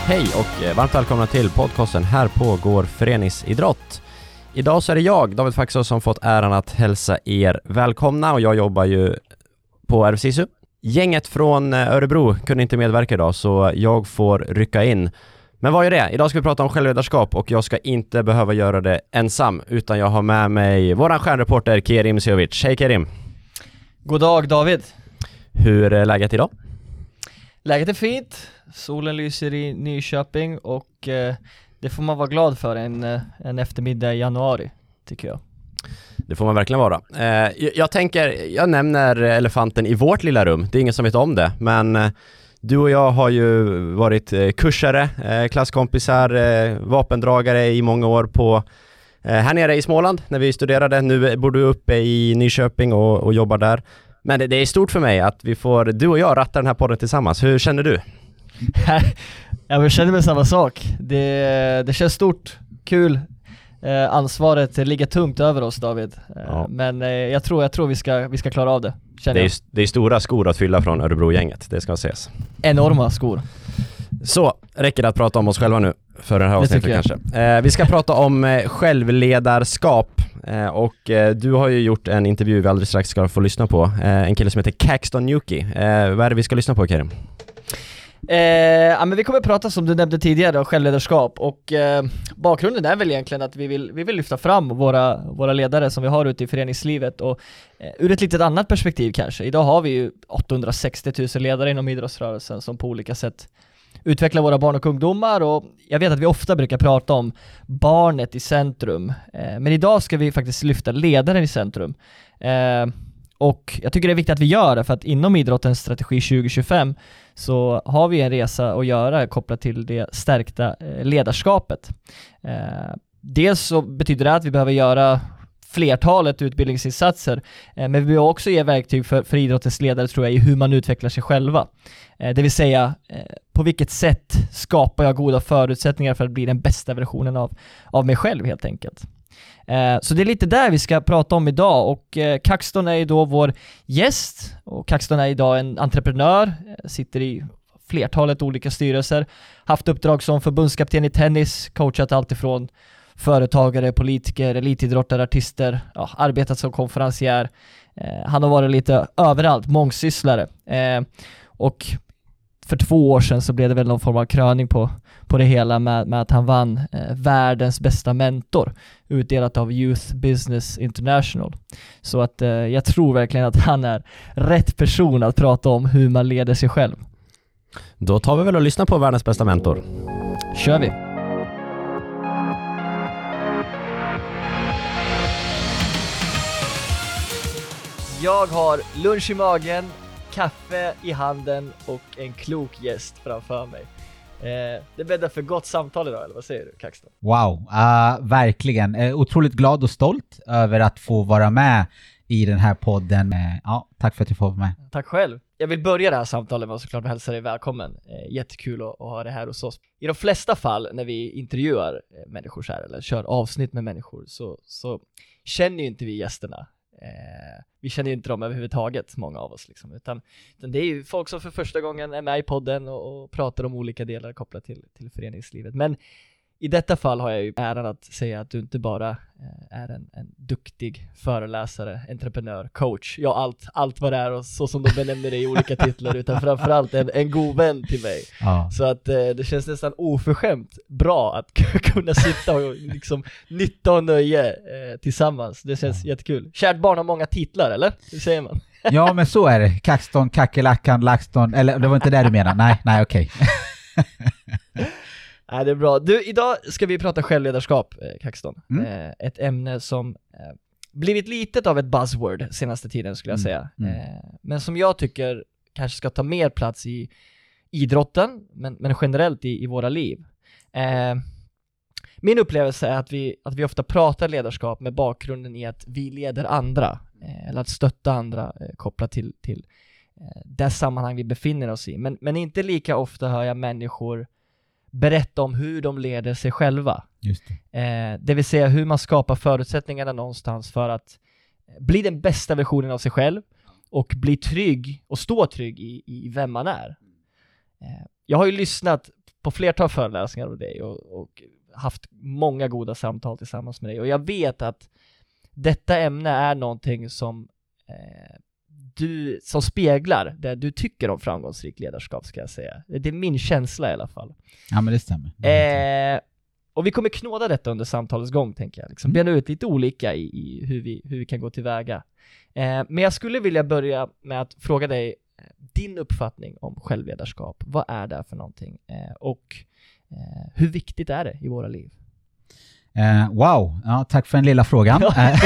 Hej och varmt välkomna till podcasten Här pågår föreningsidrott. Idag så är det jag, David Faxå, som fått äran att hälsa er välkomna, och jag jobbar ju på RFSISU. Gänget från Örebro kunde inte medverka idag, så jag får rycka in. Men vad är det? Idag ska vi prata om självledarskap, och jag ska inte behöva göra det ensam, utan jag har med mig våran stjärnreporter Kerim Sejovic. Hej Kerim! God dag David! Hur är läget idag? Läget är fint, solen lyser i Nyköping och det får man vara glad för en eftermiddag i januari, tycker jag. Det får man verkligen vara. Jag nämner elefanten i vårt lilla rum. Det är ingen som vet om det, men du och jag har ju varit kursare, klasskompisar, vapendragare i många år på här nere i Småland när vi studerade. Nu bor du uppe i Nyköping och jobbar där. Men det är stort för mig att du och jag rattar den här podden tillsammans. Hur känner du? Jag känner mig samma sak. Det känns stort, kul. Ansvaret ligger tungt över oss, David. Ja. Men jag tror vi ska klara av det. Det är stora skor att fylla från Örebro-gänget. Det ska ses. Enorma skor. Så, räcker det att prata om oss själva nu för det här avsnittet kanske. Vi ska prata om självledarskap. Och du har ju gjort en intervju vi alldeles strax ska få lyssna på. En kille som heter Caxton Newkey. Vad är det vi ska lyssna på, Kerim? Men vi kommer prata, som du nämnde tidigare, om självledarskap, och bakgrunden är väl egentligen att vi vill lyfta fram våra ledare som vi har ute i föreningslivet, och ur ett litet annat perspektiv kanske. Idag har vi ju 860 000 ledare inom idrottsrörelsen som på olika sätt utvecklar våra barn och ungdomar, och jag vet att vi ofta brukar prata om barnet i centrum, men idag ska vi faktiskt lyfta ledaren i centrum. Och jag tycker det är viktigt att vi gör det, för att inom idrottens strategi 2025 så har vi en resa att göra kopplat till det stärkta ledarskapet. Dels så betyder det att vi behöver göra flertalet utbildningsinsatser, men vi behöver också ge verktyg för idrottens ledare, tror jag, i hur man utvecklar sig själva. Det vill säga, på vilket sätt skapar jag goda förutsättningar för att bli den bästa versionen av mig själv, helt enkelt. Så det är lite där vi ska prata om idag, och Caxton är ju då vår gäst, och Caxton är idag en entreprenör, sitter i flertalet olika styrelser, haft uppdrag som förbundskapten i tennis, coachat allt ifrån företagare, politiker, elitidrottare, artister, arbetat som konferencier. Han har varit lite överallt, mångsysslare, och för 2 år sedan så blev det väl någon form av kröning på det hela med att han vann världens bästa mentor, utdelat av Youth Business International. Så att jag tror verkligen att han är rätt person att prata om hur man leder sig själv. Då tar vi väl och lyssnar på världens bästa mentor. Kör vi! Jag har lunch i magen, kaffe i handen och en klok gäst framför mig. Det bäddar för gott samtal idag, eller vad säger du, Caxton? Wow, verkligen. Otroligt glad och stolt över att få vara med i den här podden. Tack för att jag får vara med. Tack själv. Jag vill börja det här samtalet med att såklart hälsa dig välkommen. Jättekul att ha det här hos oss. I de flesta fall när vi intervjuar människor så här, eller kör avsnitt med människor, så känner ju inte vi gästerna. Vi känner ju inte dem överhuvudtaget, många av oss liksom, utan det är ju folk som för första gången är med i podden och pratar om olika delar kopplat till föreningslivet. Men i detta fall har jag ju äran att säga att du inte bara är en duktig föreläsare, entreprenör, coach, allt vad det är, och så som de benämner det i olika titlar, utan framförallt en god vän till mig. Ja. Så att det känns nästan oförskämt bra att kunna sitta och liksom nytta och nöje tillsammans. Det känns jättekul. Kärt barn har många titlar, eller? Hur säger man? Ja, men så är det. Caxton, Kackelackan, LaxTon, eller det var inte det du menar? Nej, okej. Nej, det är bra. Du, idag ska vi prata självledarskap, Caxton. Ett ämne som blivit litet av ett buzzword senaste tiden, skulle jag säga. Men som jag tycker kanske ska ta mer plats i idrotten, men generellt i våra liv. Min upplevelse är att vi ofta pratar ledarskap med bakgrunden i att vi leder andra, eller att stötta andra kopplat till det sammanhang vi befinner oss i. Men inte lika ofta hör jag människor berätta om hur de leder sig själva. Just det. Det vill säga hur man skapar förutsättningarna någonstans för att bli den bästa versionen av sig själv och bli trygg och stå trygg i vem man är. Jag har ju lyssnat på flertal föreläsningar av dig och haft många goda samtal tillsammans med dig. Och jag vet att detta ämne är någonting som som speglar det du tycker om framgångsrik ledarskap, ska jag säga. Det är min känsla i alla fall. Ja, men det stämmer. Och vi kommer knåda detta under samtalets gång, tänker jag. Liksom bena ut lite olika i hur vi kan gå tillväga. Men jag skulle vilja börja med att fråga dig din uppfattning om självledarskap. Vad är det för någonting? Och hur viktigt är det i våra liv? Wow, ja, tack för den lilla frågan.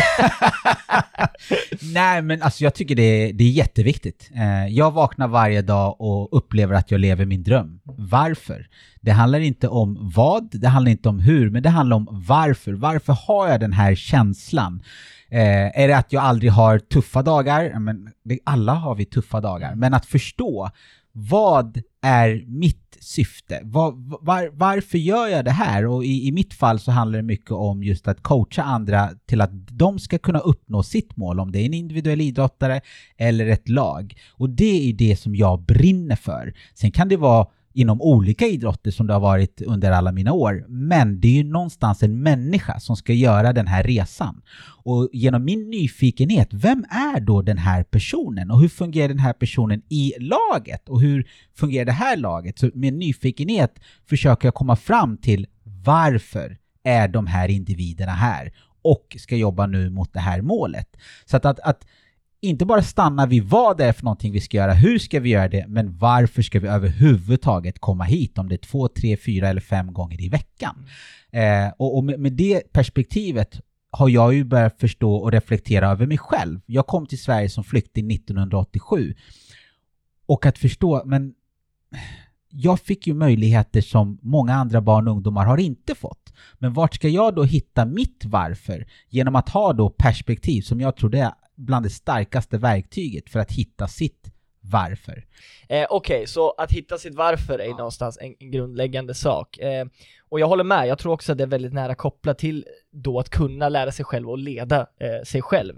Nej, men alltså jag tycker det är jätteviktigt. Jag vaknar varje dag och upplever att jag lever min dröm. Varför? Det handlar inte om vad, det handlar inte om hur, men det handlar om varför. Varför har jag den här känslan? Är det att jag aldrig har tuffa dagar? Men alla har vi tuffa dagar. Men att förstå, vad är mitt syfte? Varför gör jag det här? Och i mitt fall så handlar det mycket om just att coacha andra till att de ska kunna uppnå sitt mål, om det är en individuell idrottare eller ett lag. Och det är det som jag brinner för. Sen kan det vara inom olika idrotter som det har varit under alla mina år. Men det är ju någonstans en människa som ska göra den här resan. Och genom min nyfikenhet, vem är då den här personen? Och hur fungerar den här personen i laget? Och hur fungerar det här laget? Så med nyfikenhet försöker jag komma fram till varför är de här individerna här? Och ska jobba nu mot det här målet. Så att inte bara stanna vid vad det är för någonting vi ska göra, hur ska vi göra det, men varför ska vi överhuvudtaget komma hit, om det är 2, 3, 4 eller 5 gånger i veckan. Och med det perspektivet har jag ju börjat förstå och reflektera över mig själv. Jag kom till Sverige som flykting 1987 och att förstå, men jag fick ju möjligheter som många andra barn och ungdomar har inte fått. Men vart ska jag då hitta mitt varför? Genom att ha då perspektiv, som jag tror det är bland det starkaste verktyget för att hitta sitt varför. Okej, så att hitta sitt varför är någonstans en grundläggande sak. Och jag håller med, jag tror också att det är väldigt nära kopplat till då att kunna lära sig själv och leda sig själv.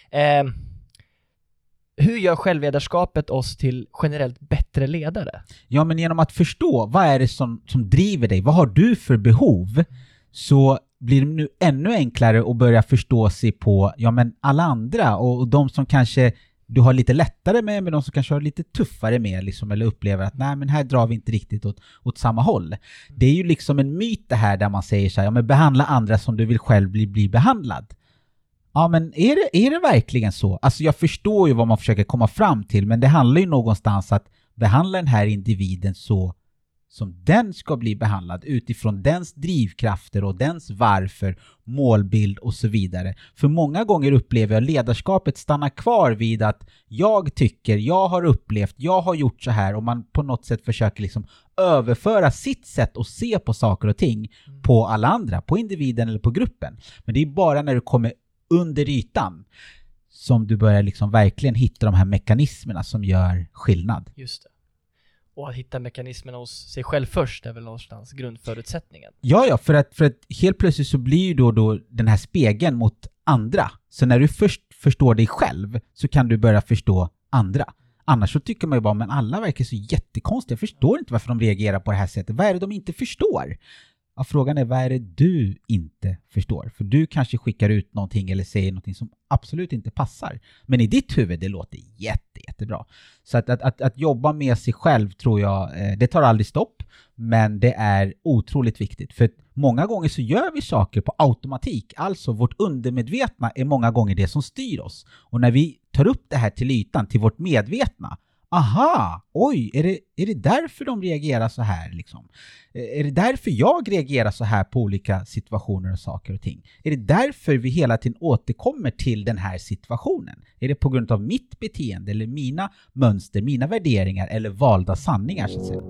Hur gör självledarskapet oss till generellt bättre ledare? Ja, men genom att förstå vad är det som driver dig, vad har du för behov, så blir det nu ännu enklare att börja förstå sig på men alla andra och de som kanske du har lite lättare med, men de som kanske har lite tuffare med liksom, eller upplever att nej, men här drar vi inte riktigt åt samma håll. Det är ju liksom en myt det här där man säger så här, men behandla andra som du vill själv bli behandlad. Ja, men är det verkligen så? Alltså jag förstår ju vad man försöker komma fram till, men det handlar ju någonstans att behandla den här individen så som den ska bli behandlad utifrån dens drivkrafter och dens varför, målbild och så vidare. För många gånger upplever jag ledarskapet stanna kvar vid att jag tycker, jag har upplevt, jag har gjort så här, och man på något sätt försöker liksom överföra sitt sätt att se på saker och ting på alla andra, på individen eller på gruppen. Men det är bara när du kommer under ytan som du börjar liksom verkligen hitta de här mekanismerna som gör skillnad. Just det. Och att hitta mekanismerna hos sig själv först är väl någonstans grundförutsättningen. Ja, för att helt plötsligt så blir ju då den här spegeln mot andra. Så när du först förstår dig själv så kan du börja förstå andra. Annars så tycker man ju bara, men alla verkar så jättekonstiga. Jag förstår inte varför de reagerar på det här sättet. Vad är det de inte förstår? Ja, frågan är, vad är det du inte förstår? För du kanske skickar ut någonting eller säger någonting som absolut inte passar. Men i ditt huvud, det låter jättebra. Så att jobba med sig själv tror jag, det tar aldrig stopp. Men det är otroligt viktigt. För många gånger så gör vi saker på automatik. Alltså vårt undermedvetna är många gånger det som styr oss. Och när vi tar upp det här till ytan, till vårt medvetna. Aha, oj, är det därför de reagerar så här liksom? Är det därför jag reagerar så här på olika situationer och saker och ting? Är det därför vi hela tiden återkommer till den här situationen? Är det på grund av mitt beteende eller mina mönster, mina värderingar eller valda sanningar så att säga?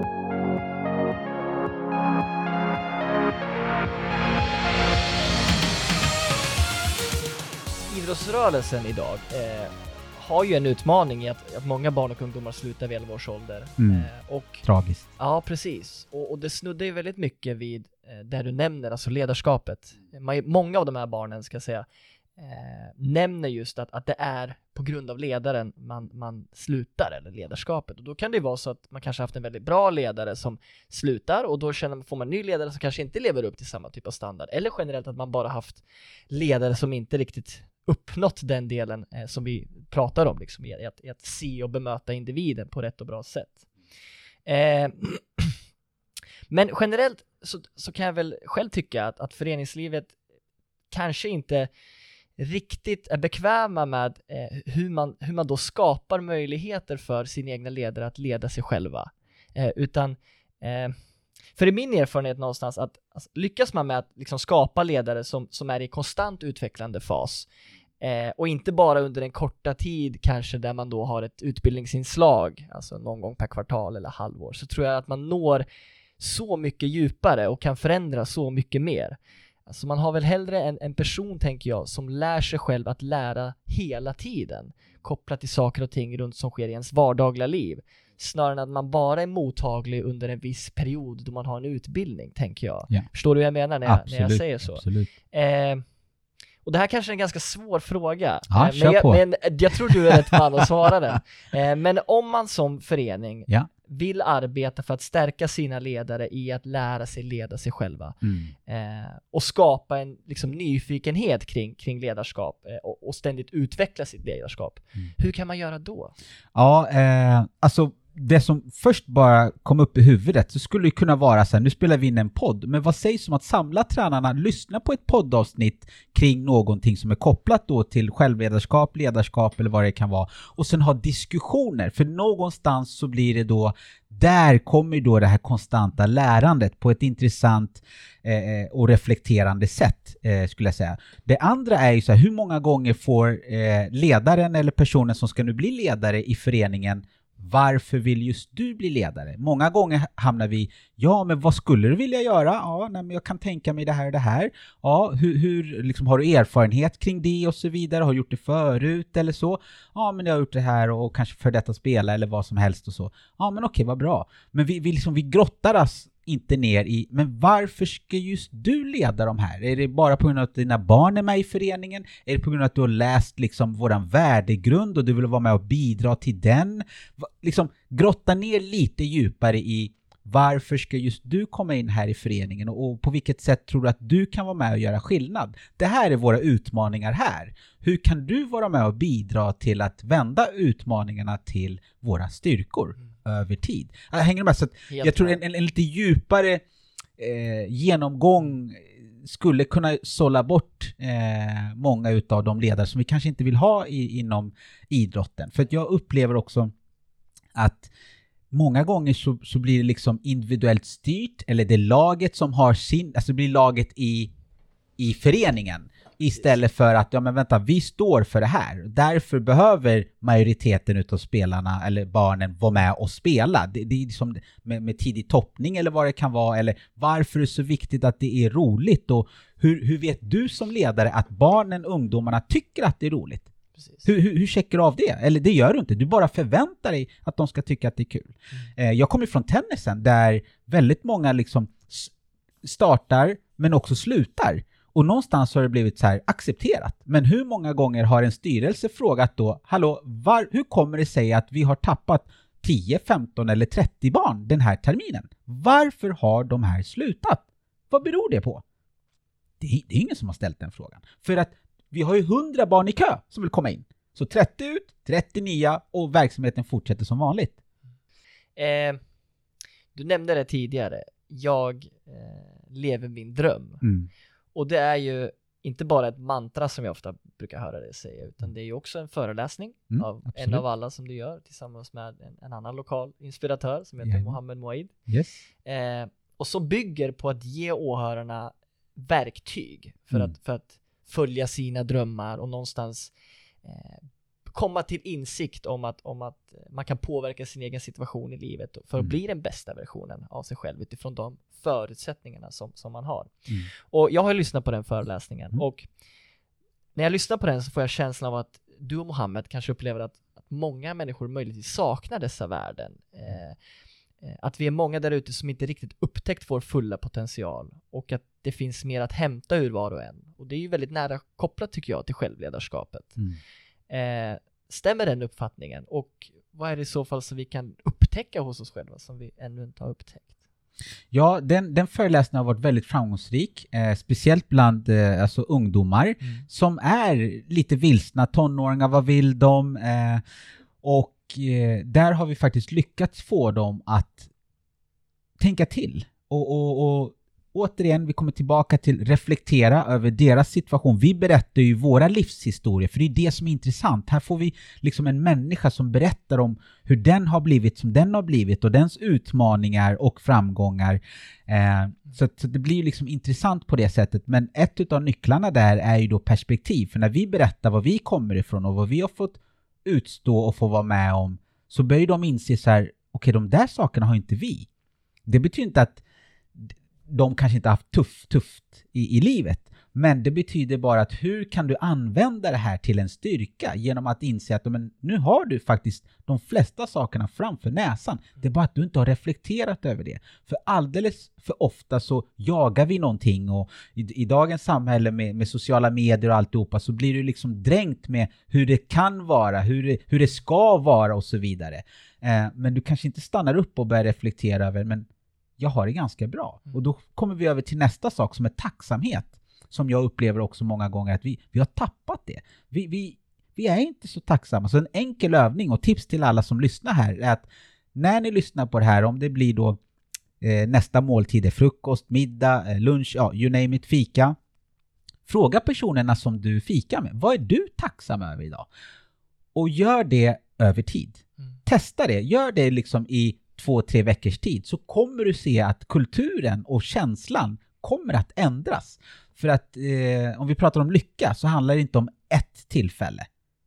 Idrottsrörelsen idag har ju en utmaning i att många barn och ungdomar slutar vid 11 års ålder. Tragiskt. Ja, precis. Och det snuddar ju väldigt mycket vid det du nämner, alltså ledarskapet. Många av de här barnen, ska jag säga, nämner just att det är på grund av ledaren man slutar, eller ledarskapet. Och då kan det vara så att man kanske haft en väldigt bra ledare som slutar, och då får man en ny ledare som kanske inte lever upp till samma typ av standard. Eller generellt att man bara haft ledare som inte riktigt uppnått den delen som vi pratar om, liksom, i att se och bemöta individen på rätt och bra sätt. Men generellt så kan jag väl själv tycka att föreningslivet kanske inte riktigt är bekväma med hur man då skapar möjligheter för sina egna ledare att leda sig själva. För i min erfarenhet någonstans att lyckas man med att liksom skapa ledare som är i konstant utvecklande fas, och inte bara under en korta tid kanske där man då har ett utbildningsinslag, alltså någon gång per kvartal eller halvår, så tror jag att man når så mycket djupare och kan förändra så mycket mer. Alltså man har väl hellre en person, tänker jag, som lär sig själv att lära hela tiden, kopplat till saker och ting runt som sker i ens vardagliga liv, snarare än att man bara är mottaglig under en viss period då man har en utbildning, tänker jag. Ja. Förstår du vad jag menar när jag säger så? Absolut. Och det här kanske är en ganska svår fråga. Ja, men jag tror du är rätt man att svara den. Men om man som förening vill arbeta för att stärka sina ledare i att lära sig leda sig själva, och skapa en liksom nyfikenhet kring ledarskap, och ständigt utveckla sitt ledarskap. Hur kan man göra då? Ja, alltså det som först bara kom upp i huvudet, så skulle det kunna vara så här: nu spelar vi in en podd, men vad sägs om att samla tränarna, lyssna på ett poddavsnitt kring någonting som är kopplat då till självledarskap, ledarskap eller vad det kan vara, och sen ha diskussioner, för någonstans så blir det då, där kommer då det här konstanta lärandet på ett intressant och reflekterande sätt, skulle jag säga. Det andra är ju så här: hur många gånger får ledaren eller personen som ska nu bli ledare i föreningen, varför vill just du bli ledare? Många gånger hamnar vi, ja men vad skulle du vilja göra? Ja, nej, men jag kan tänka mig det här och det här. Ja, hur liksom, har du erfarenhet kring det och så vidare? Har du gjort det förut eller så? Ja, men jag har gjort det här och kanske för detta spela eller vad som helst och så. Ja, men okej, vad bra. Men vi grottar oss inte ner i, men varför ska just du leda de här? Är det bara på grund av att dina barn är med i föreningen? Är det på grund av att du har läst liksom våran värdegrund och du vill vara med och bidra till den? Liksom grotta ner lite djupare i, varför ska just du komma in här i föreningen, och på vilket sätt tror du att du kan vara med och göra skillnad? Det här är våra utmaningar här. Hur kan du vara med och bidra till att vända utmaningarna till våra styrkor över tid? Hänger du med? Så att jag tror en lite djupare genomgång skulle kunna sålla bort många utav de ledare som vi kanske inte vill ha inom idrotten. För att jag upplever också att många gånger så blir det liksom individuellt styrt, eller det är laget som har alltså det blir laget i föreningen, istället för att, ja men vänta, vi står för det här. Därför behöver majoriteten utav spelarna eller barnen vara med och spela. Det är liksom med tidig toppning eller vad det kan vara, eller varför är det så viktigt att det är roligt, och hur vet du som ledare att barnen, ungdomarna tycker att det är roligt? Hur checkar du av det? Eller det gör du inte. Du bara förväntar dig att de ska tycka att det är kul. Jag kommer från tennisen där väldigt många liksom startar men också slutar. Och någonstans har det blivit så här accepterat. Men hur många gånger har en styrelse frågat då, hallå, hur kommer det sig att vi har tappat 10, 15 eller 30 barn den här terminen? Varför har de här slutat? Vad beror det på? Det är ingen som har ställt den frågan. För att vi har ju 100 barn i kö som vill komma in. Så 30 ut, 39 och verksamheten fortsätter som vanligt. Du nämnde det tidigare. Jag lever min dröm. Och det är ju inte bara ett mantra som jag ofta brukar höra dig säga, utan det är ju också en föreläsning av absolut. En av alla som du gör tillsammans med en annan lokal inspiratör som heter Mohammed Moaid. Yes. Och som bygger på att ge åhörarna verktyg för att följa sina drömmar och någonstans komma till insikt om att man kan påverka sin egen situation i livet för att bli den bästa versionen av sig själv utifrån de förutsättningarna som man har. Och jag har lyssnat på den föreläsningen och när jag lyssnar på den så får jag känslan av att du och Mohammed kanske upplever att många människor möjligtvis saknar dessa värden. att vi är många där ute som inte riktigt upptäckt vår fulla potential och att det finns mer att hämta ur var och en. Och det är ju väldigt nära kopplat tycker jag till självledarskapet. Stämmer den uppfattningen? Och vad är det i så fall som vi kan upptäcka hos oss själva som vi ännu inte har upptäckt? Ja, den föreläsningen har varit väldigt framgångsrik, speciellt bland alltså ungdomar som är lite vilsna, tonåringar, vad vill de? Och där har vi faktiskt lyckats få dem att tänka till. Och återigen, vi kommer tillbaka till reflektera över deras situation. Vi berättar ju våra livshistorier, för det är det som är intressant. Här får vi liksom en människa som berättar om hur den har blivit som den har blivit och dens utmaningar och framgångar. Så det blir liksom intressant på det sättet. Men ett av nycklarna där är ju då perspektiv. För när vi berättar var vi kommer ifrån och vad vi har fått utstå och få vara med om, så börjar de inse så här, okej, de där sakerna har inte vi. Det betyder inte att de kanske inte haft tufft i livet. Men det betyder bara att hur kan du använda det här till en styrka genom att inse att nu har du faktiskt de flesta sakerna framför näsan. Det är bara att du inte har reflekterat över det. För alldeles för ofta så jagar vi någonting och i dagens samhälle med sociala medier och alltihopa så blir du liksom dränkt med hur det kan vara, hur det ska vara och så vidare. Men du kanske inte stannar upp och börjar reflektera över, men jag har det ganska bra. Och då kommer vi över till nästa sak som är tacksamhet. Som jag upplever också många gånger att vi har tappat det. Vi är inte så tacksamma. Så en enkel övning och tips till alla som lyssnar här är att när ni lyssnar på det här, om det blir då nästa måltid är frukost, middag, lunch, ja, you name it, fika. Fråga personerna som du fikar med. Vad är du tacksam över idag? Och gör det över tid. Testa det. Gör det liksom i 2-3 veckors tid, så kommer du se att kulturen och känslan kommer att ändras. För att om vi pratar om lycka så handlar det inte om ett tillfälle,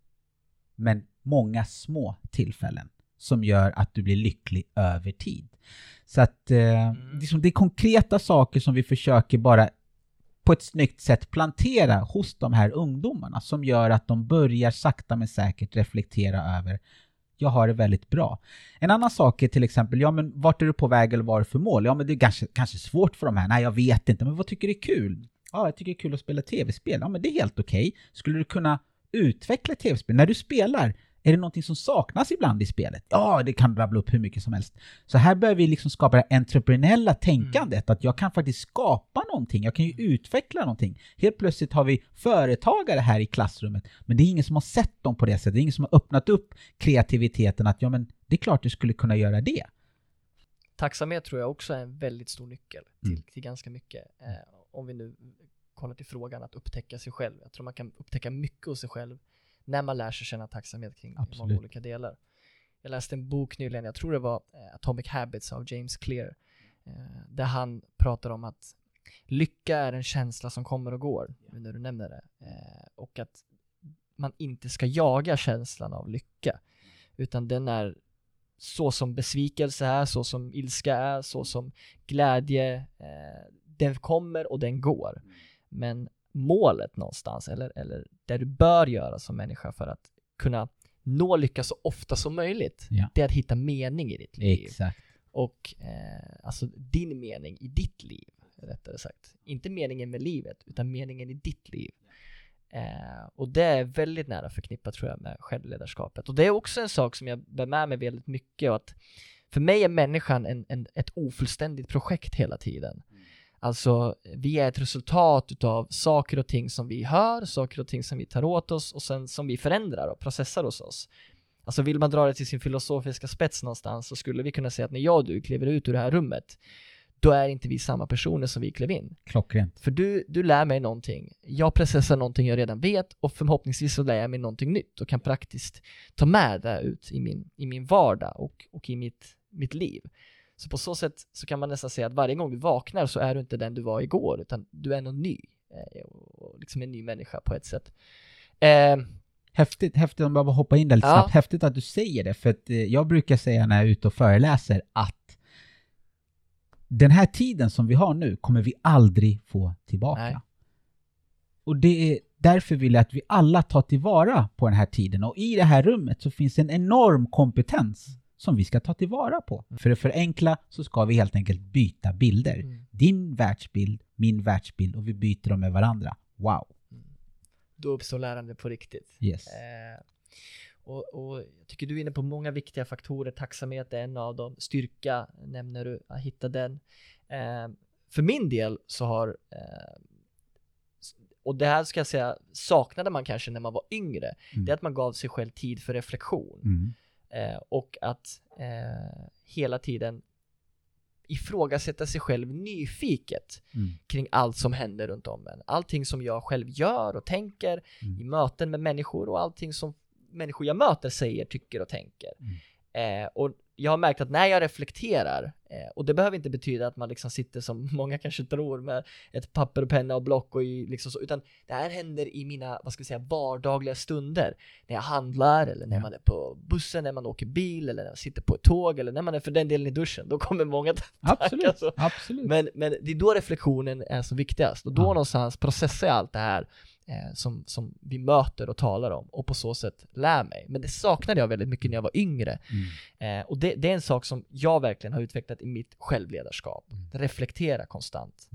men många små tillfällen som gör att du blir lycklig över tid. Så att liksom det är konkreta saker som vi försöker bara på ett snyggt sätt plantera hos de här ungdomarna som gör att de börjar sakta men säkert reflektera över jag har det väldigt bra. En annan sak är till exempel, ja men vart är du på väg eller vad är det för mål? Ja men det är kanske svårt för de här. Nej, jag vet inte, men vad tycker du är kul? Ja, jag tycker det är kul att spela tv-spel. Ja men det är helt okej. Skulle du kunna utveckla tv-spel? När du spelar, är det någonting som saknas ibland i spelet? Ja, det kan rabbla upp hur mycket som helst. Så här börjar vi liksom skapa det entreprenöriella tänkandet. Att jag kan faktiskt skapa någonting. Jag kan ju utveckla någonting. Helt plötsligt har vi företagare här i klassrummet. Men det är ingen som har sett dem på det sättet. Det är ingen som har öppnat upp kreativiteten. Att ja, men det är klart du skulle kunna göra det. Tacksamhet tror jag också är en väldigt stor nyckel till ganska mycket. Om vi nu kollar till frågan att upptäcka sig själv. Jag tror man kan upptäcka mycket hos sig själv när man lär sig känna tacksamhet kring många olika delar. Jag läste en bok nyligen, jag tror det var Atomic Habits av James Clear, där han pratar om att lycka är en känsla som kommer och går, när du nämner det. Och att man inte ska jaga känslan av lycka, utan den är så som besvikelse är, så som ilska är, så som glädje, den kommer och den går. Men målet någonstans, eller det du bör göra som människa för att kunna nå lycka så ofta som möjligt, det är att hitta mening i ditt liv. Exakt. Och alltså din mening i ditt liv, rättare sagt. Inte meningen med livet, utan meningen i ditt liv. Och det är väldigt nära förknippat, tror jag, med självledarskapet. Och det är också en sak som jag bär med mig väldigt mycket. Och att för mig är människan ett ofullständigt projekt hela tiden. Alltså, vi är ett resultat av saker och ting som vi hör, saker och ting som vi tar åt oss och sen som vi förändrar och processar hos oss. Alltså vill man dra det till sin filosofiska spets någonstans, så skulle vi kunna säga att när jag och du kliver ut ur det här rummet, då är inte vi samma personer som vi klev in. Klockrent. För du lär mig någonting. Jag processar någonting jag redan vet, och förhoppningsvis så lär jag mig någonting nytt och kan praktiskt ta med det ut i min vardag och i mitt liv. Så på så sätt så kan man nästan säga att varje gång du vaknar så är du inte den du var igår, utan du är någon ny. Och liksom en ny människa på ett sätt. Häftigt om jag bara hoppa in där lite snabbt. Häftigt att du säger det, för att jag brukar säga när jag är ute och föreläser att den här tiden som vi har nu kommer vi aldrig få tillbaka. Nej. Och det är därför vill jag att vi alla tar tillvara på den här tiden. Och i det här rummet så finns en enorm kompetens som vi ska ta tillvara på. För att förenkla så ska vi helt enkelt byta bilder. Din världsbild, min världsbild, och vi byter dem med varandra. Wow. Då uppstår lärande på riktigt. Yes. Och jag tycker du är inne på många viktiga faktorer. Tacksamhet är en av dem. Styrka nämner du, att hitta den. För min del så har, och det här ska jag säga, saknade man kanske när man var yngre. Det är att man gav sig själv tid för reflektion. Och att hela tiden ifrågasätta sig själv nyfiket kring allt som händer runt om en. Allting som jag själv gör och tänker i möten med människor, och allting som människor jag möter säger, tycker och tänker. Och jag har märkt att när jag reflekterar, och det behöver inte betyda att man liksom sitter som många kanske tror med ett papper och penna och block och liksom så, utan det här händer i mina, vad ska vi säga, vardagliga stunder. När jag handlar, eller när man är på bussen, när man åker bil, eller när man sitter på ett tåg, eller när man är för den delen i duschen. Då kommer många Absolut, alltså. absolut. Men det är då reflektionen är så viktigast. Och då någonstans processar jag allt det här som vi möter och talar om, och på så sätt lär mig. Men det saknade jag väldigt mycket när jag var yngre. Och det är en sak som jag verkligen har utvecklat i mitt självledarskap. Reflektera konstant.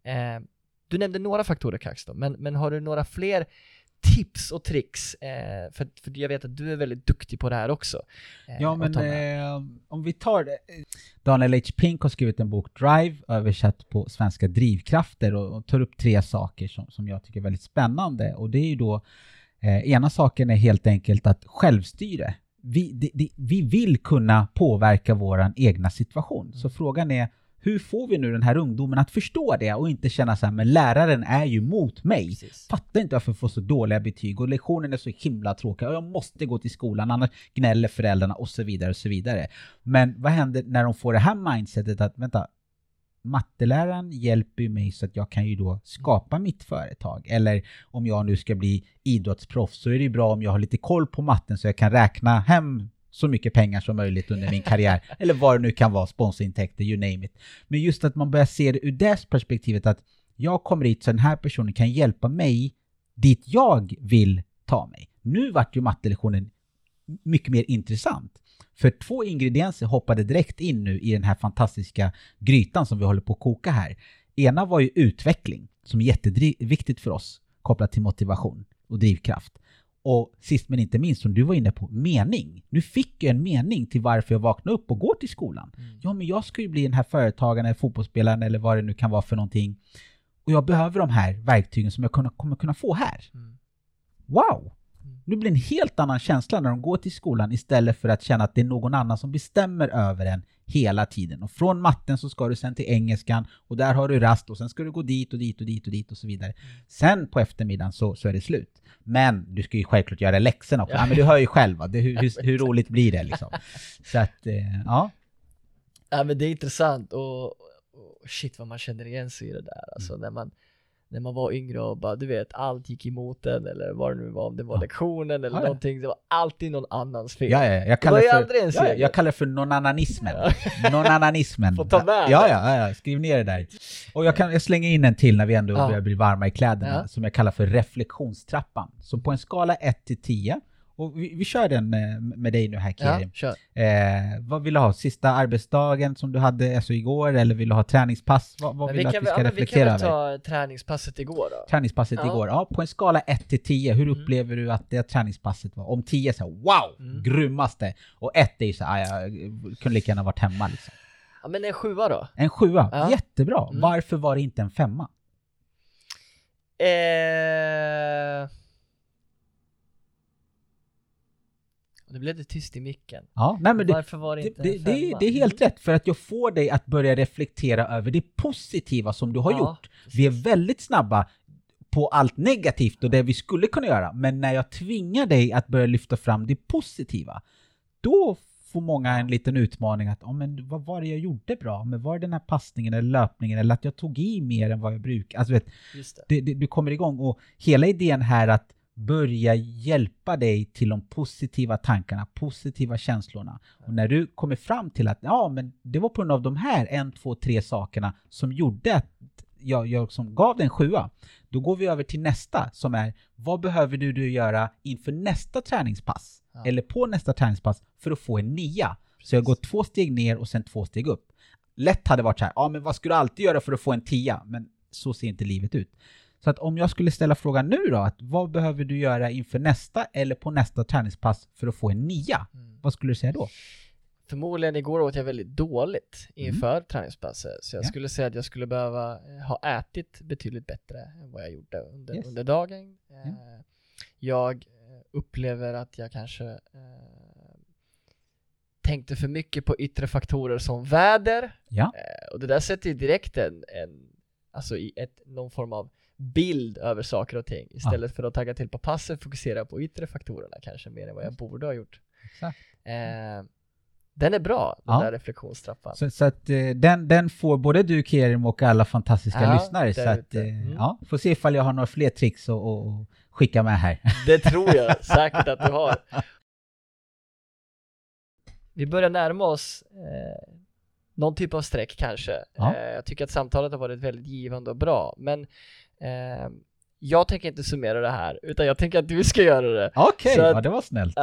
Du nämnde några faktorer, Kaxton, men har du några fler tips och tricks? För jag vet att du är väldigt duktig på det här också. Ja, men om vi tar det. Daniel H. Pink har skrivit en bok, Drive, översatt på svenska, drivkrafter, och tar upp 3 saker som jag tycker är väldigt spännande. Och det är ju då, ena saken är helt enkelt att självstyre. Vi vill kunna påverka våran egna situation. Så frågan är, hur får vi nu den här ungdomen att förstå det och inte känna så här, men läraren är ju mot mig. Precis. Fattar inte varför jag får så dåliga betyg och lektionen är så himla tråkig och jag måste gå till skolan, annars gnäller föräldrarna och så vidare och så vidare. Men vad händer när de får det här mindsetet att, vänta, matteläraren hjälper ju mig så att jag kan ju då skapa mitt företag. Eller om jag nu ska bli idrottsproffs, så är det ju bra om jag har lite koll på matten så jag kan räkna hem så mycket pengar som möjligt under min karriär. Eller vad det nu kan vara, sponsorintäkter, you name it. Men just att man börjar se det ur det perspektivet, att jag kommer hit så den här personen kan hjälpa mig dit jag vill ta mig. Nu vart ju mattelektionen mycket mer intressant. För 2 ingredienser hoppade direkt in nu i den här fantastiska grytan som vi håller på att koka här. Ena var ju utveckling, som är jätteviktigt för oss, kopplat till motivation och drivkraft. Och sist men inte minst, som du var inne på, mening. Nu fick jag en mening till varför jag vaknar upp och går till skolan. Ja, men jag ska ju bli den här företagaren eller fotbollsspelaren eller vad det nu kan vara för någonting. Och jag behöver de här verktygen som jag kommer kunna få här. Wow! Nu blir det en helt annan känsla när de går till skolan, istället för att känna att det är någon annan som bestämmer över en hela tiden. Och från matten så ska du sen till engelskan, och där har du rast, och sen ska du gå dit och dit och dit och dit och så vidare. Sen på eftermiddagen så är det slut. Men du ska ju självklart göra läxorna också. Ja, men du hör ju själv hur roligt blir det liksom. Så att, ja. Ja, men det är intressant, och shit vad man känner igen sig i det där. Alltså när man var yngre och bara, du vet, allt gick emot en, eller vad det nu var, om det var lektionen eller någonting, det var alltid någon annans fel. Jag kallar det för nonananismen. Nonananismen. Får ta med ja, skriv ner det där. Och jag slänger in en till när vi ändå börjar bli varma i kläderna, som jag kallar för reflektionstrappan. Så på en skala 1-10, och vi kör den med dig nu här, Kerim. Ja, vad vill du ha? Sista arbetsdagen som du hade alltså igår, eller vill du ha träningspass? Vad vill du att vi ska reflektera över? Vi kan väl ta träningspasset igår då. Träningspasset igår. Ja, på en skala 1-10, hur upplever du att det träningspasset var? Om 10 så här, wow, grymmaste. Och 1 är ju så här, jag kunde lika gärna varit hemma liksom. Ja, men en 7 då? En 7, jättebra. Varför var det inte en 5? Det blev det tyst i micken. Ja, nej, men varför var det inte en 5? Det är helt rätt, för att jag får dig att börja reflektera över det positiva som du har gjort. Precis. Vi är väldigt snabba på allt negativt och det vi skulle kunna göra. Men när jag tvingar dig att börja lyfta fram det positiva, då får många en liten utmaning att, men vad var det jag gjorde bra? Men var det den här passningen eller löpningen, eller att jag tog i mer än vad jag brukar? Alltså vet, du kommer igång, och hela idén här att börja hjälpa dig till de positiva tankarna, positiva känslorna. Och när du kommer fram till att men det var på grund av de här 1, 2, 3 sakerna som gjorde att jag som gav den 7, då går vi över till nästa, som är, vad behöver du göra inför nästa träningspass eller på nästa träningspass för att få en 9? Så jag går 2 steg ner och sen 2 steg upp. Lätt hade varit så här, men vad skulle du alltid göra för att få en 10? Men så ser inte livet ut. Så att om jag skulle ställa frågan nu då, att vad behöver du göra inför nästa eller på nästa träningspass för att få en 9? Vad skulle du säga då? Förmodligen igår åt jag väldigt dåligt inför träningspasset. Så jag skulle säga att jag skulle behöva ha ätit betydligt bättre än vad jag gjorde under dagen. Jag upplever att jag kanske tänkte för mycket på yttre faktorer som väder. Och det där sätter ju direkt alltså i någon form av bild över saker och ting. Istället för att tagga till på passet, fokusera på yttre faktorerna kanske mer än vad jag borde ha gjort. Exakt. Den är bra, den där reflektionstrappan. Så att den får både du, Kerim, och alla fantastiska lyssnare. Så att, får se ifall jag har några fler tricks att skicka med här. Det tror jag säkert att du har. Vi börjar närma oss någon typ av streck kanske. Jag tycker att samtalet har varit väldigt givande och bra. Men jag tänker inte summera det här, utan jag tänker att du ska göra det. Okej, det var snällt.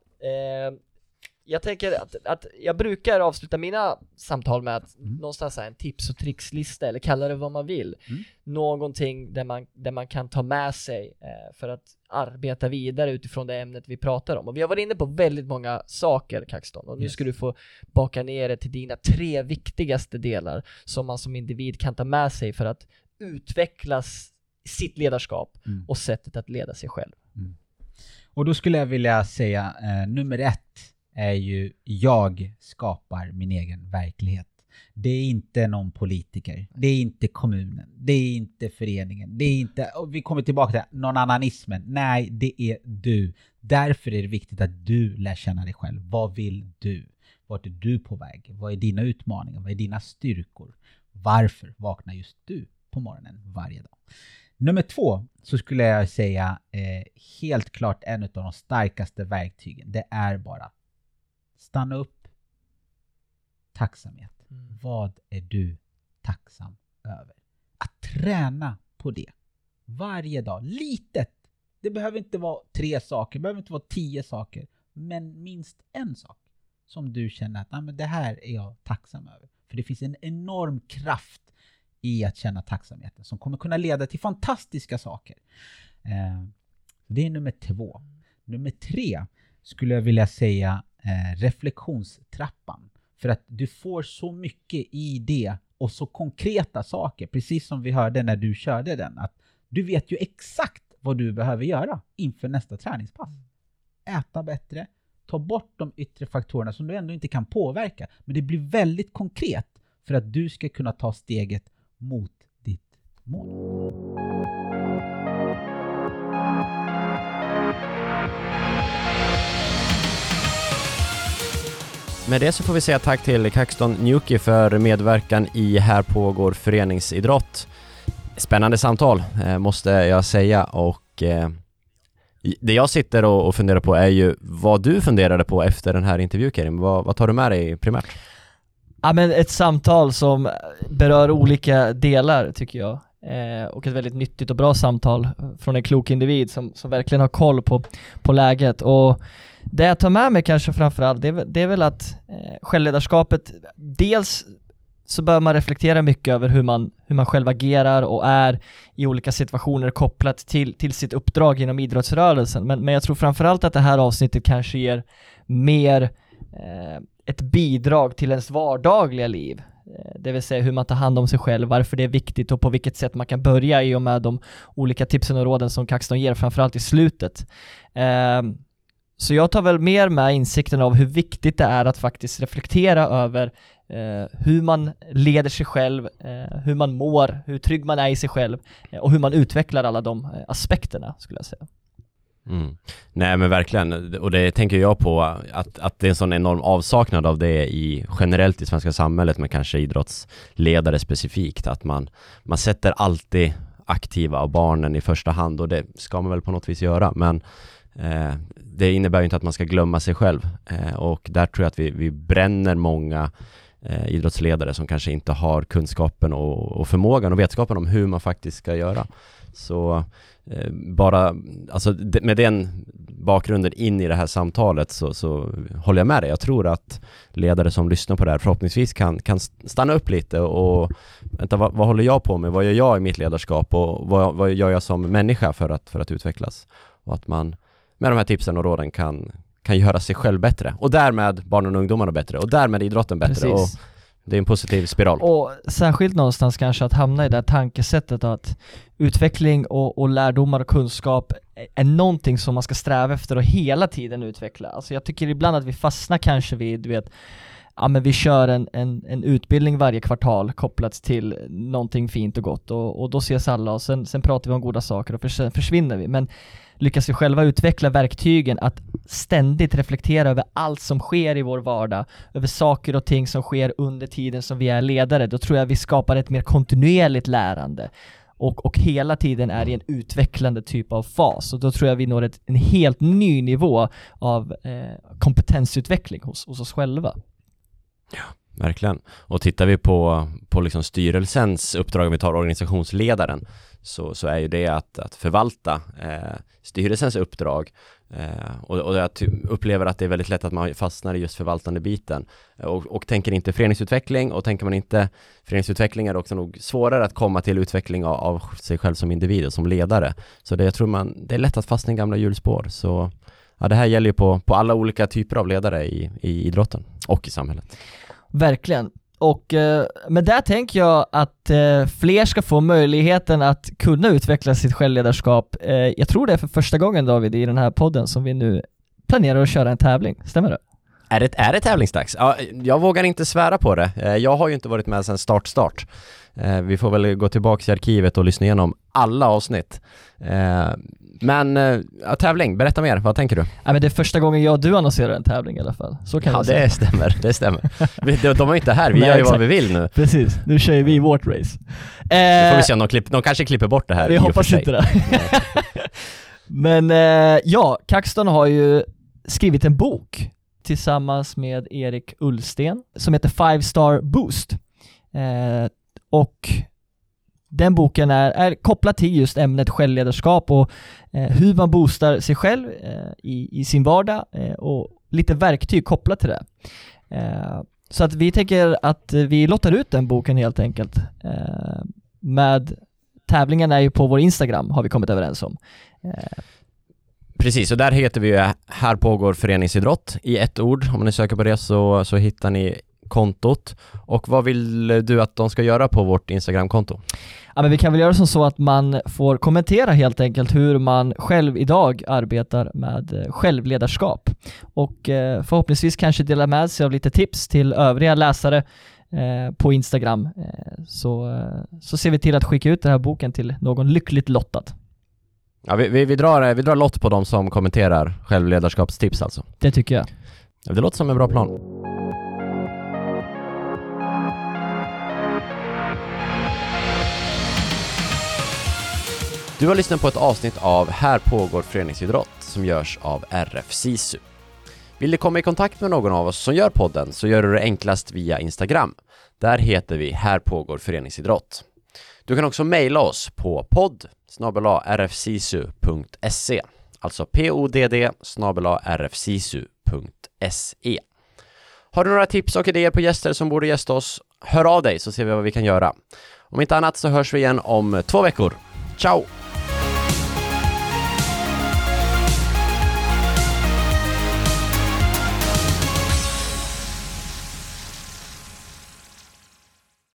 Jag tänker att jag brukar avsluta mina samtal med att någonstans en tips- och trickslista, eller kalla det vad man vill. Någonting där man kan ta med sig för att arbeta vidare utifrån det ämnet vi pratar om. Och vi har varit inne på väldigt många saker, Kaxton. Och nu ska du få baka ner det till dina 3 viktigaste delar som man som individ kan ta med sig för att utveckla sitt ledarskap och sättet att leda sig själv. Och då skulle jag vilja säga nummer 1 är ju jag skapar min egen verklighet. Det är inte någon politiker. Det är inte kommunen. Det är inte föreningen. Det är inte, och vi kommer tillbaka till någon annanismen. Nej, det är du. Därför är det viktigt att du lär känna dig själv. Vad vill du? Vart är du på väg? Vad är dina utmaningar? Vad är dina styrkor? Varför vaknar just du på morgonen varje dag? Nummer 2 så skulle jag säga helt klart en av de starkaste verktygen. Det är bara stanna upp. Tacksamhet. Vad är du tacksam över? Att träna på det. Varje dag. Litet. Det behöver inte vara 3 saker. Det behöver inte vara 10 saker. Men minst en sak som du känner att men det här är jag tacksam över. För det finns en enorm kraft i att känna tacksamheten som kommer kunna leda till fantastiska saker. Det är nummer 2. Nummer 3 skulle jag vilja säga reflektionstrappan. För att du får så mycket i det och så konkreta saker. Precis som vi hörde när du körde den. Att du vet ju exakt vad du behöver göra inför nästa träningspass. Äta bättre. Ta bort de yttre faktorerna som du ändå inte kan påverka. Men det blir väldigt konkret för att du ska kunna ta steget mot ditt mål. Med det så får vi säga tack till Kaxton Njuki för medverkan i Här pågår föreningsidrott. Spännande samtal måste jag säga, och det jag sitter och funderar på är ju vad du funderade på efter den här intervjun, Kerim. Vad tar du med dig primärt? Ja, men ett samtal som berör olika delar tycker jag. Och ett väldigt nyttigt och bra samtal från en klok individ som verkligen har koll på läget. Och det jag tar med mig kanske framförallt det är väl att självledarskapet, dels så bör man reflektera mycket över hur man själv agerar och är i olika situationer kopplat till sitt uppdrag inom idrottsrörelsen. Men jag tror framförallt att det här avsnittet kanske ger mer ett bidrag till ens vardagliga liv. Det vill säga hur man tar hand om sig själv, varför det är viktigt och på vilket sätt man kan börja i och med de olika tipsen och råden som Kaxton ger, framförallt i slutet. Så jag tar väl mer med insikten av hur viktigt det är att faktiskt reflektera över hur man leder sig själv, hur man mår, hur trygg man är i sig själv och hur man utvecklar alla de aspekterna, skulle jag säga. Nej, men verkligen, och det tänker jag på att det är en sån enorm avsaknad av det generellt i svenska samhället, men kanske idrottsledare specifikt, att man sätter alltid aktiva och barnen i första hand, och det ska man väl på något vis göra, men det innebär ju inte att man ska glömma sig själv, och där tror jag att vi bränner många idrottsledare som kanske inte har kunskapen och förmågan och vetskapen om hur man faktiskt ska göra. Så med den bakgrunden in i det här samtalet så håller jag med dig. Jag tror att ledare som lyssnar på det här förhoppningsvis kan stanna upp lite och vänta, vad håller jag på med? Vad gör jag i mitt ledarskap och vad gör jag som människa för att utvecklas? Och att man med de här tipsen och råden kan göra sig själv bättre och därmed barnen och ungdomarna bättre och därmed idrotten bättre. Precis. Och det är en positiv spiral. Och särskilt någonstans kanske att hamna i det här tankesättet att utveckling och lärdomar och kunskap är någonting som man ska sträva efter och hela tiden utveckla. Alltså jag tycker ibland att vi fastnar kanske vid, men vi kör en utbildning varje kvartal kopplat till någonting fint och gott och då ses alla och sen pratar vi om goda saker och sen försvinner vi. Men lyckas vi själva utveckla verktygen att ständigt reflektera över allt som sker i vår vardag, över saker och ting som sker under tiden som vi är ledare, då tror jag vi skapar ett mer kontinuerligt lärande och hela tiden är i en utvecklande typ av fas, och då tror jag vi når en helt ny nivå av kompetensutveckling hos oss själva. Ja, verkligen. Och tittar vi på liksom styrelsens uppdrag, om vi tar organisationsledaren, så är ju det att förvalta styrelsens uppdrag. Och jag upplever att det är väldigt lätt att man fastnar i just förvaltande biten och tänker inte föreningsutveckling, och tänker man inte föreningsutveckling är det också nog svårare att komma till utveckling av sig själv som individ och som ledare. Så jag tror det är lätt att fastna i gamla hjulspår. Så ja, det här gäller ju på alla olika typer av ledare i idrotten och i samhället. Verkligen. Och med det tänker jag att fler ska få möjligheten att kunna utveckla sitt självledarskap. Jag tror det är för första gången, David, i den här podden som vi nu planerar att köra en tävling. Stämmer det? Är det tävlingsdags? Ja, jag vågar inte svära på det. Jag har ju inte varit med sedan start. Vi får väl gå tillbaka i arkivet och lyssna igenom alla avsnitt. Men tävling, berätta mer, vad tänker du? Ja, men det är första gången jag och du annonserar en tävling i alla fall. Så kan jag säga. Det stämmer. De är inte här, vi gör ju vad vi vill nu. Precis, nu kör vi vårt race. Nu får vi se om de kanske klipper bort det här. Vi hoppas inte det. Men Kaxton har ju skrivit en bok tillsammans med Erik Ullsten som heter 5-Star Boost. Och den boken är kopplad till just ämnet självledarskap och hur man boostar sig själv i sin vardag och lite verktyg kopplat till det. Så att vi tänker att vi lottar ut den boken helt enkelt. Med tävlingen är ju på vår Instagram, har vi kommit överens om. Precis, och där heter vi ju Här pågår föreningsidrott i ett ord. Om ni söker på det så hittar ni kontot. Och vad vill du att de ska göra på vårt Instagram-konto? Ja, men vi kan väl göra som så att man får kommentera helt enkelt hur man själv idag arbetar med självledarskap. Och förhoppningsvis kanske dela med sig av lite tips till övriga läsare på Instagram. Så ser vi till att skicka ut den här boken till någon lyckligt lottad. Ja, vi drar lott på de som kommenterar självledarskapstips alltså. Det tycker jag. Det låter som en bra plan. Du har lyssnat på ett avsnitt av Här pågår föreningsidrott som görs av RF SISU. Vill du komma i kontakt med någon av oss som gör podden så gör du det enklast via Instagram. Där heter vi Här pågår föreningsidrott. Du kan också mejla oss på podd@rfsisu.se, alltså podd@rfsisu.se. Har du några tips och idéer på gäster som borde gästa oss, hör av dig så ser vi vad vi kan göra. Om inte annat så hörs vi igen om 2 veckor. Ciao!